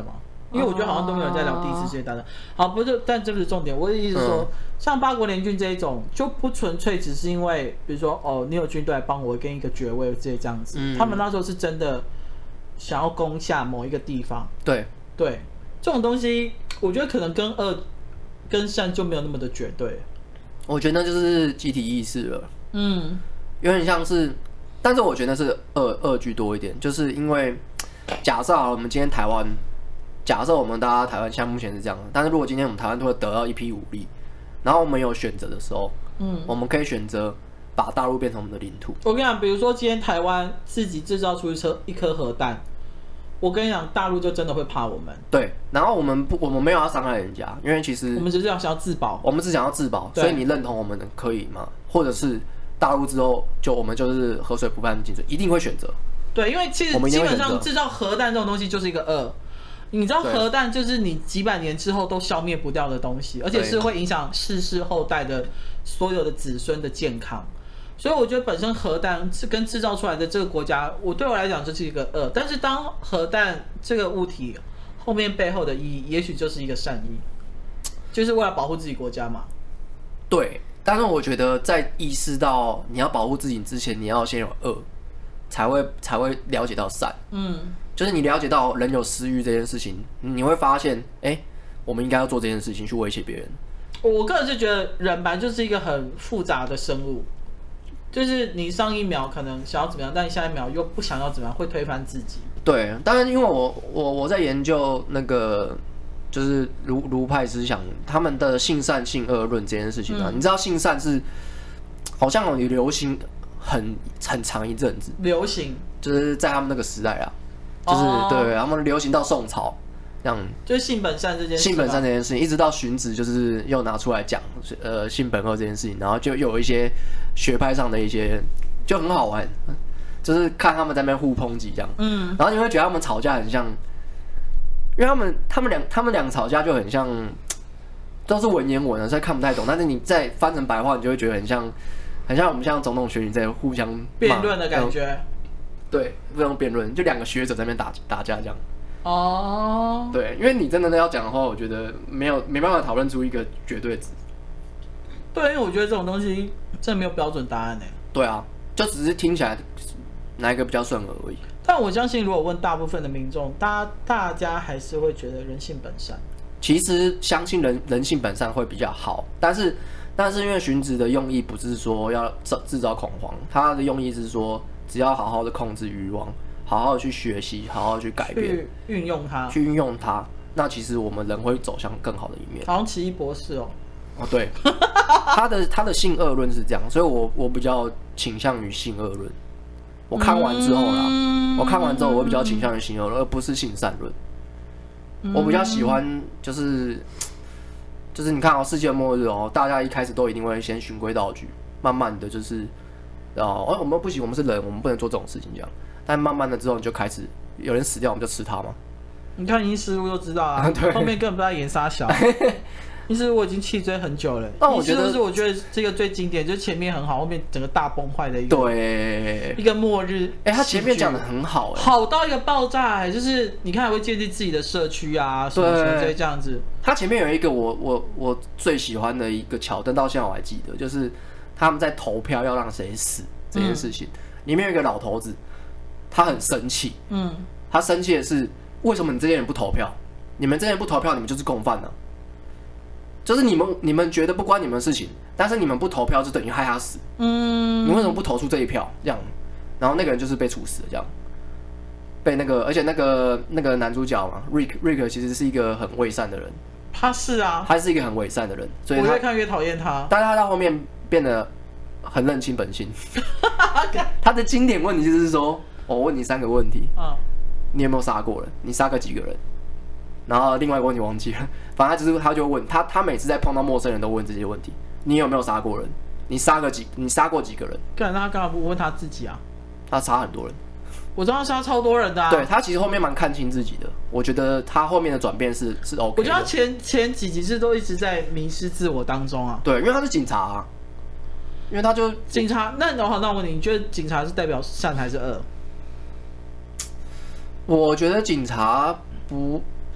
因为我觉得好像都没有人在聊第一次世界大战。好，不是，但这不是重点。我的意思是说，嗯、像八国联军这一种，就不纯粹只是因为，比如说哦，你有军队来帮我跟一个爵位这这样子。嗯、他们那时候是真的想要攻下某一个地方。 对对，这种东西，我觉得可能跟恶跟善就没有那么的绝对。 我觉得那就是集体意识了。 嗯， 有点像是，但是我觉得是恶恶居多一点，就是因为假设好了，我们今天台湾。假设我们大家台湾像目前是这样，但是如果今天我们台湾突然得到一批武力，然后我们有选择的时候，嗯，我们可以选择把大陆变成我们的领土。 我跟你讲，比如说今天台湾自己制造出一颗一颗核弹，我跟你讲，大陆就真的会怕我们。 对，然后我们不，我们没有要伤害人家，因为其实我们只是想要自保， 我们只想要自保，所以你认同我们的可以吗？或者是大陆之后就我们就是河水不犯井水，一定会选择。 对，因为其实基本上制造核弹这种东西就是一个恶。你知道核弹就是你几百年之后都消灭不掉的东西，而且是会影响世世后代的所有的子孙的健康。所以我觉得本身核弹是跟制造出来的这个国家，我对我来讲这是一个恶。但是当核弹这个物体后面背后的意义，也许就是一个善意，就是为了保护自己国家嘛。 对，但是我觉得在意识到你要保护自己之前，你要先有恶，才会才会了解到善。嗯。就是你了解到人有私欲这件事情，你会发现，哎、欸，我们应该要做这件事情去威胁别人。 我个人是觉得人本来就是一个很复杂的生物，就是你上一秒可能想要怎么样，但下一秒又不想要怎么样，会推翻自己。 对，当然因为我我我在研究那个就是儒儒派思想，他们的性善性恶论这件事情啊，嗯、你知道性善是好像有流行很很长一阵子， 流行就是在他们那个时代啊。就是、oh. 对，他们流行到宋朝，这样就是性本善这件事， 性本善这件事情，一直到荀子就是又拿出来讲，呃，性本恶这件事情，然后就又有一些学派上的一些就很好玩，就是看他们在那边互抨击这样，嗯，然后你会觉得他们吵架很像，因为他们他们两他们两吵架就很像，都是文言文啊，所以看不太懂，但是你再翻成白话，你就会觉得很像，很像我们像总统选举在互相辩论的感觉。 对，不用辩论，就两个学者在那边打打架这样。 哦， oh. 对，因为你真的要讲的话，我觉得没有没办法讨论出一个绝对值。 对，因为我觉得这种东西真的没有标准答案呢。 对啊，就只是听起来哪一个比较顺耳而已。 但我相信，如果问大部分的民众，大家大家还是会觉得人性本善。 其实相信人人性本善会比较好，但是但是因为荀子的用意不是说要制造恐慌，他的用意是说。只要好好的控制欲望，好好的去学习，好好的去改变， 去运用它， 去运用它，那其实我们人会走向更好的一面。 好像奇异博士哦。 哦，对，他的他的性恶论是这样，所以我我比较倾向于性恶论。我看完之后啦，嗯、我看完之后，我比较倾向于性恶论，而不是性善论。嗯、我比较喜欢就是就是你看哦，世界末日哦，大家一开始都一定会先循规蹈矩，慢慢的就是。哦，我们不行，我们是人，我们不能做这种事情，这样。但慢慢的之后，你就开始有人死掉，我们就吃他嘛。 你看《阴尸路》就知道啊，后面根本不知道演啥小。《阴尸路》我已经弃追很久了。但我觉得是我觉得这个最经典，就是前面很好，后面整个大崩坏的一个对一个末日。 哎、欸，他前面讲的很好、欸， 好到一个爆炸、欸，就是你看还会建立自己的社区啊，什么什么这样子。 他前面有一个我我我最喜欢的一个桥段，到现在我还记得，就是。他们在投票要让谁死这件事情，嗯、里面有一个老头子，他很生气。嗯，他生气的是为什么你这些人不投票？你们这些人不投票，你们就是共犯呢、啊。就是你们你们觉得不关你们的事情，但是你们不投票就等于害他死。嗯，你为什么不投出这一票？这样，然后那个人就是被处死了，这样。被那个，而且那个那个男主角嘛 ，Rick Rick 其实是一个很伪善的人。 他是啊， 他是一个很伪善的人，所以他我越看越讨厌他。 但是他到后面变得很认清本性。他的经典问题就是说，我问你三个问题，嗯、你有没有杀过人？你杀个几个人？然后另外一个问题忘记了，反正他就是他就问他，他每次在碰到陌生人都问这些问题：你有没有杀过人？你杀个几？你杀过几个人？ 干，那他干嘛不问他自己啊？ 他杀很多人。 我知道他杀超多人的、啊， 对他其实后面蛮看清自己的，我觉得他后面的转变是是 OK 的。 我觉得他前前几集是都一直在迷失自我当中啊。 对，因为他是警察、啊，因为他就警察。那好，那我问你，你觉得警察是代表善还是恶？ 我觉得警察不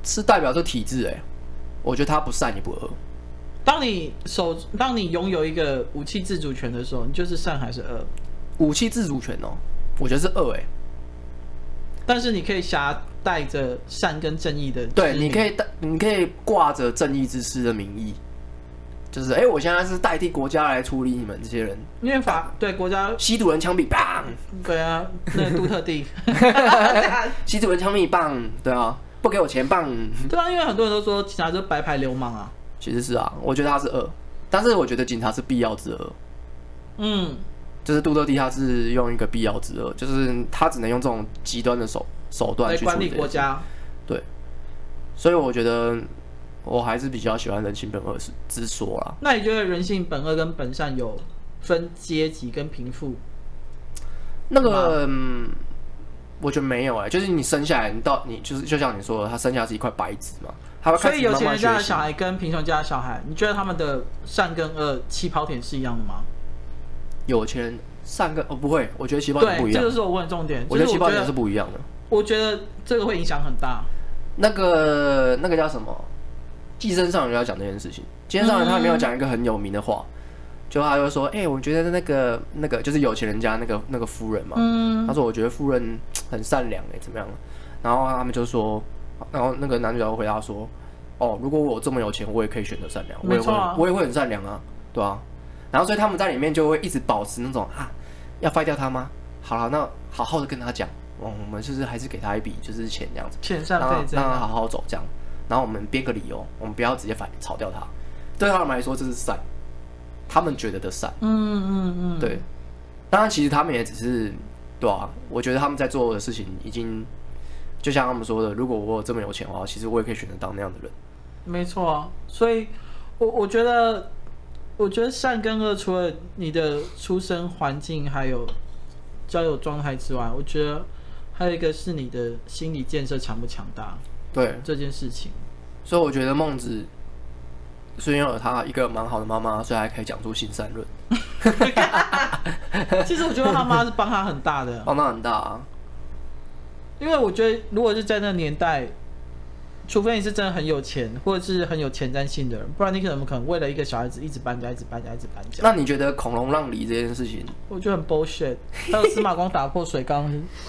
是代表这体制哎、欸，我觉得他不善也不恶。 当你手，当你拥有一个武器自主权的时候，你就是善还是恶？ 武器自主权哦，我觉得是恶哎、欸。 但是你可以挟带着善跟正义的， 对，你可以带，你可以挂着正义之师的名义，就是哎、欸，我现在是代替国家来处理你们这些人， 因为法对国家吸毒人枪毙，砰！ 对啊，那个杜特地， 吸毒人枪毙，棒，对啊，不给我钱，棒， 对啊，因为很多人都说警察就是白牌流氓啊， 其实是啊，我觉得他是恶，但是我觉得警察是必要之恶， 嗯。 就是杜特地他是用一个必要之恶，就是他只能用这种极端的手手段去来管理国家。 对，所以我觉得我还是比较喜欢人性本恶之说啦。 那你觉得人性本恶跟本善有分阶级跟贫富？ 那个，嗯，我觉得没有哎、欸，就是你生下来，你到你就是就像你说的，他生下是一块白纸嘛，他会开始所以有钱人家的慢慢学习小孩跟贫穷家的小孩，你觉得他们的善跟恶起跑点是一样的吗？ 有钱人善跟哦不会，我觉得起跑点不一样。 对，这就是我问的重点。 我觉得起跑点就是不一样的。 我觉得这个会影响很大。 那个那个叫什么？寄生上流要讲这件事情。寄生上流他没有讲一个很有名的话，嗯、就他就说：“哎、欸，我觉得那个那个就是有钱人家那个那个夫人嘛，嗯、他说我觉得夫人很善良哎、欸，怎么样？”然后他们就说，然后那个男主角回答说：“哦，如果我这么有钱，我也可以选择善良，我也会、啊、我也会很善良啊，对吧、啊？”然后所以他们在里面就会一直保持那种啊，要废掉他吗？好了，那好好的跟他讲，我们就是还是给他一笔就是钱这样子， 遣散费这样， 让他好好走这样。然后我们编个理由，我们不要直接反炒掉他。对他们来说这是善，他们觉得的善。 嗯嗯嗯， 对。当然其实他们也只是对啊，我觉得他们在做的事情已经就像他们说的，如果我有这么有钱的话，其实我也可以选择当那样的人。 没错啊，所以我我觉得。我觉得善跟恶，除了你的出生环境还有交友状态之外，我觉得还有一个是你的心理建设强不强大。 对这件事情， 所以我觉得孟子虽然有他一个蛮好的妈妈，所以还可以讲出性善论。 其实我觉得他妈是帮他很大的， 帮他很大啊。 因为我觉得如果是在那个年代。除非你是真的很有钱，或者是很有前瞻性的人，不然你可能可能为了一个小孩子一直搬家，一直搬家，一直搬家。 那你觉得孔融让梨这件事情？ 我觉得很 bullshit。还有司马光打破水缸。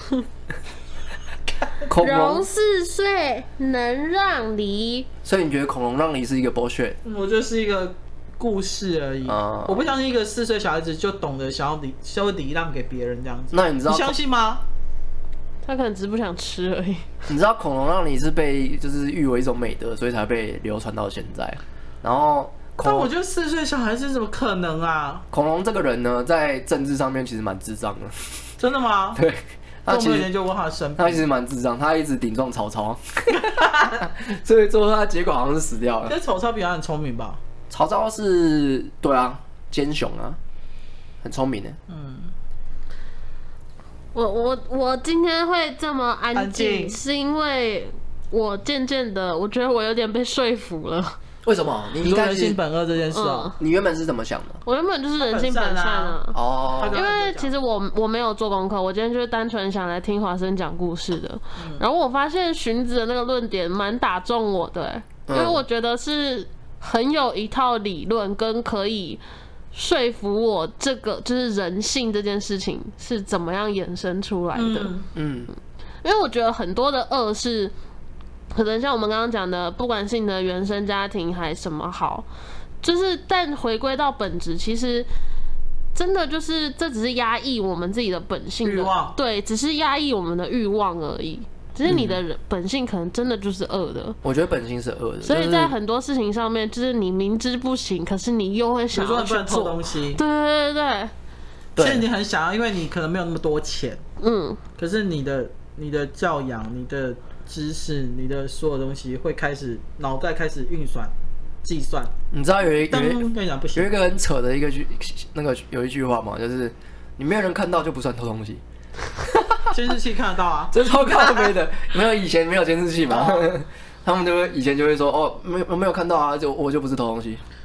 孔融四岁能让梨， 所以你觉得孔融让梨是一个 bullshit？ 我觉得是一个故事而已。Uh, 我不相信一个四岁小孩子就懂得想要礼，想要礼让给别人这样子。 那你知道？ 你相信吗？ 他可能只是不想吃而已。 你知道孔融让梨是被就是誉为一种美德，所以才被流传到现在。然后， 但我觉得四岁小孩子怎么可能啊？ 孔融这个人呢，在政治上面其实蛮智障的。 真的吗？ 对，他其实研究过他的生平， 他其实蛮智障，他一直顶撞曹操，所以最后他的结果好像是死掉了。 但曹操比他很聪明吧？ 曹操是，对啊，奸雄啊，很聪明的。嗯。 我我我今天会这么安静，是因为我渐渐的，我觉得我有点被说服了。 为什么？你说人性本恶这件事啊、 嗯？ 你原本是怎么想的？ 我原本就是人性本善啊。 哦。 因为其实我我没有做功课，我今天就是单纯想来听华生讲故事的。嗯、然后我发现荀子的那个论点蛮打中我的、欸，因为我觉得是很有一套理论跟可以。说服我这个就是人性这件事情是怎么样衍生出来的，嗯，嗯因为我觉得很多的恶是可能像我们刚刚讲的，不管是你的原生家庭还什么好，就是但回归到本质，其实真的就是这只是压抑我们自己的本性的欲望， 对，只是压抑我们的欲望而已。只是你的本性可能真的就是恶的， 我觉得本性是恶的， 所以在很多事情上面，就是你明知不行，可是你又会想要去做。 比如说你不能偷东西， 对对对对，其实你很想要，因为你可能没有那么多钱， 嗯， 可是你的你的教养、你的知识、你的所有东西会开始脑袋开始运算、计算。 你知道有一跟你讲不行， 有一个很扯的一个句，那个有一句话嘛，就是你没有人看到就不算偷东西。 监视器看得到啊， 这超靠北的。没有以前没有监视器嘛，他们就会以前就会说哦，没有没有看到啊，就我就不是偷东西。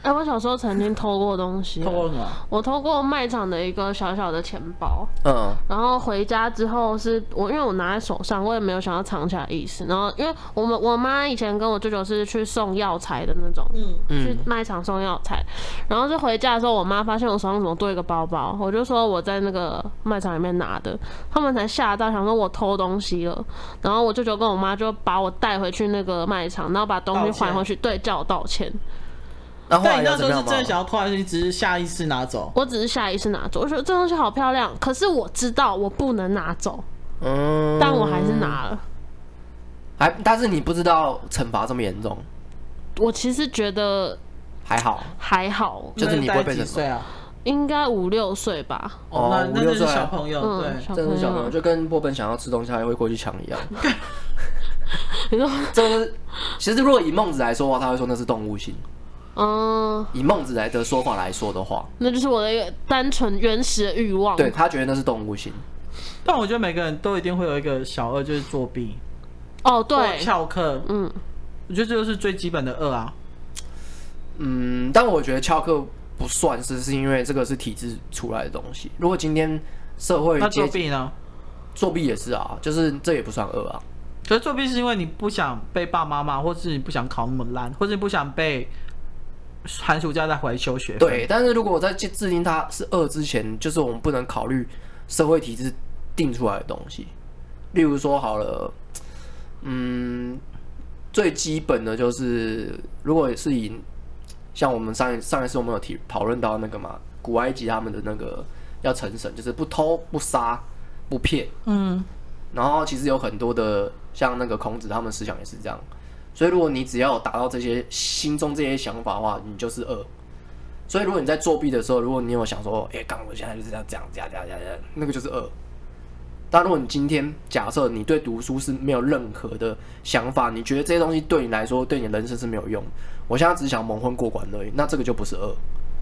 哎、欸，我小时候曾经偷过东西。 偷过什么？ 我偷过卖场的一个小小的钱包。 嗯， 然后回家之后是我，因为我拿在手上，我也没有想要藏起来的意思。然后因为我们我妈以前跟我舅舅是去送药材的那种，嗯，去卖场送药材。然后是回家的时候，我妈发现我手上怎么多一个包包，我就说我在那个卖场里面拿的，他们才吓到，想说我偷东西了。然后我舅舅跟我妈就把我带回去那个卖场，然后把东西还回去，对，叫我道歉。 但你那时候是真的想要偷，还是你只是下意识拿走？ 我只是下意识拿走，我觉得这东西好漂亮，可是我知道我不能拿走，嗯，但我还是拿了。 还，但是你不知道惩罚这么严重。 我其实觉得还好， 还好， 就是你不会被几岁啊？ 应该五六岁吧。 哦，那那就是小朋友，对， 真的是小朋友，就跟波本想要吃东西还会过去抢一样。你说这个，其实如果以孟子来说的话，他会说那是动物性。嗯，以孟子来的说法来说的话， 那就是我的一个单纯原始的欲望。 对，他觉得那是动物性。 但我觉得每个人都一定会有一个小恶，就是作弊。 哦，对， 翘课。嗯，我觉得这就是最基本的恶啊。 嗯，但我觉得翘课不算是，是因为这个是体制出来的东西。如果今天社会那作弊呢？ 作弊也是啊，就是这也不算恶啊。 可是作弊是因为你不想被爸妈骂，或是你不想考那么烂，或是你不想被寒暑假再回来休学。 对，但是如果我在制定它是恶之前，就是我们不能考虑社会体制定出来的东西。例如说好了，嗯，最基本的就是，如果是以像我们上一上一次我们有提讨论到那个嘛，古埃及他们的那个要成神，就是不偷不杀不骗，嗯，然后其实有很多的像那个孔子他们思想也是这样。所以，如果你只要有达到这些心中这些想法的话，你就是恶。所以，如果你在作弊的时候，如果你有想说，哎、欸，刚我现在就是这样这样这样这样这样，那个就是恶。但如果你今天假设你对读书是没有任何的想法，你觉得这些东西对你来说，对你的人生是没有用，我现在只想蒙混过关而已，那这个就不是恶。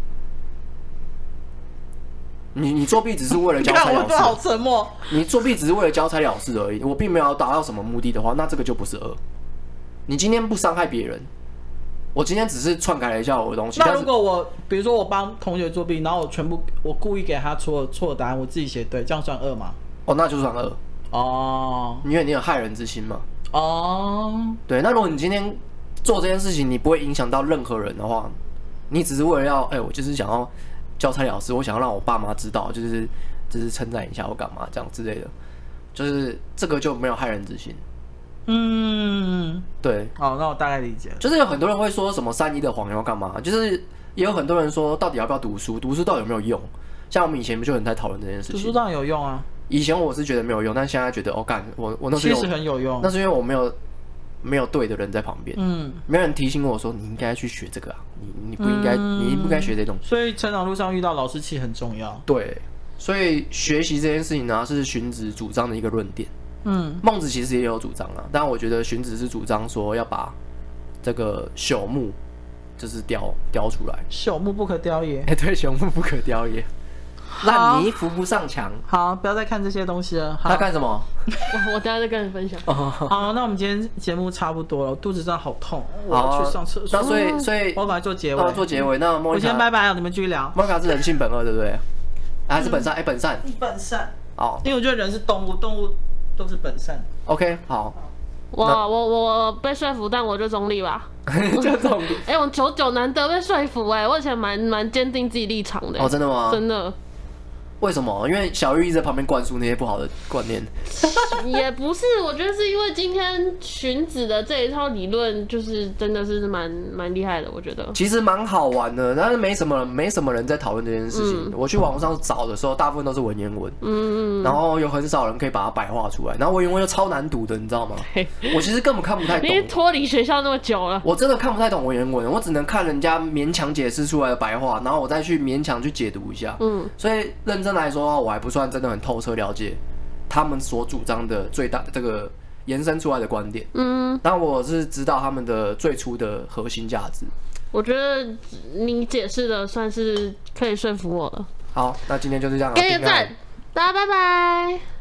你你作弊只是为了交差了事， 我好沉默。 你作弊只是为了交差了事而已，我并没有达到什么目的的话，那这个就不是恶。你今天不伤害别人，我今天只是篡改了一下我的东西。 那如果我，比如说我帮同学作弊，然后我全部我故意给他错错答案，我自己写对，这样算恶吗？ 哦，那就算恶。 哦， 因为你有害人之心嘛。 哦， 对。那如果你今天做这件事情，你不会影响到任何人的话，你只是为了要，哎、欸，我就是想要交差了事，我想要让我爸妈知道，就是就是称赞一下我干嘛这样之类的，就是这个就没有害人之心。嗯，对， 哦，那我大概理解了。 就是有很多人会说什么善意的谎言要干嘛，就是也有很多人说到底要不要读书，读书到底有没有用？像我们以前就很在讨论这件事情。 读书当然有用啊。以前我是觉得没有用，但现在觉得哦，干我我那时候其实很有用， 那是因为我没有没有对的人在旁边，嗯，没有人提醒我说你应该去学这个啊，你你不应该、嗯、你不应该学这种。 所以成长路上遇到老师其实很重要。 对，所以学习这件事情呢，是荀子主张的一个论点。嗯，孟子其实也有主张啊，但我觉得荀子是主张说要把这个朽木就是雕雕出来， 朽木不可雕也。 哎、欸，对，朽木不可雕也。烂泥扶不上墙。 好，不要再看这些东西了。 他看什么？ 我我等一下再跟你分享。 好，那我们今天节目差不多了，我肚子真的好痛，我要去上厕所。 那所以所以我来做结尾。 哦，做结尾。那莫妮卡， 我先拜拜，你们继续聊。 莫妮卡是人性本恶，对不对？还是本善？哎、嗯欸，本善。 本善。 哦， 因为我觉得人是动物，动物都是本善。 OK， 好。 我我我被说服，但我就中立吧。 就中立。 哎、欸，我久久难得被说服哎、欸，我以前蛮蛮坚定自己立场的、欸。 哦，真的吗？ 真的。 为什么？因为小玉一直在旁边灌输那些不好的观念。 也不是，我觉得是因为今天荀子的这一套理论，就是真的是蛮蛮厉害的。我觉得其实蛮好玩的，但是没什么人没什么人在讨论这件事情。嗯、我去网络上找的时候，大部分都是文言文，嗯嗯，然后有很少人可以把它白话出来。然后文言文又超难读的，你知道吗？我其实根本看不太懂。 你脱离学校那么久了， 我真的看不太懂文言文，我只能看人家勉强解释出来的白话，然后我再去勉强去解读一下。嗯，所以认真来说，我还不算真的很透彻了解他们所主张的最大这个延伸出来的观点。嗯，但我是知道他们的最初的核心价值。 我觉得你解释的算是可以说服我了。 好，那今天就是这样了。 给个赞，大家拜拜。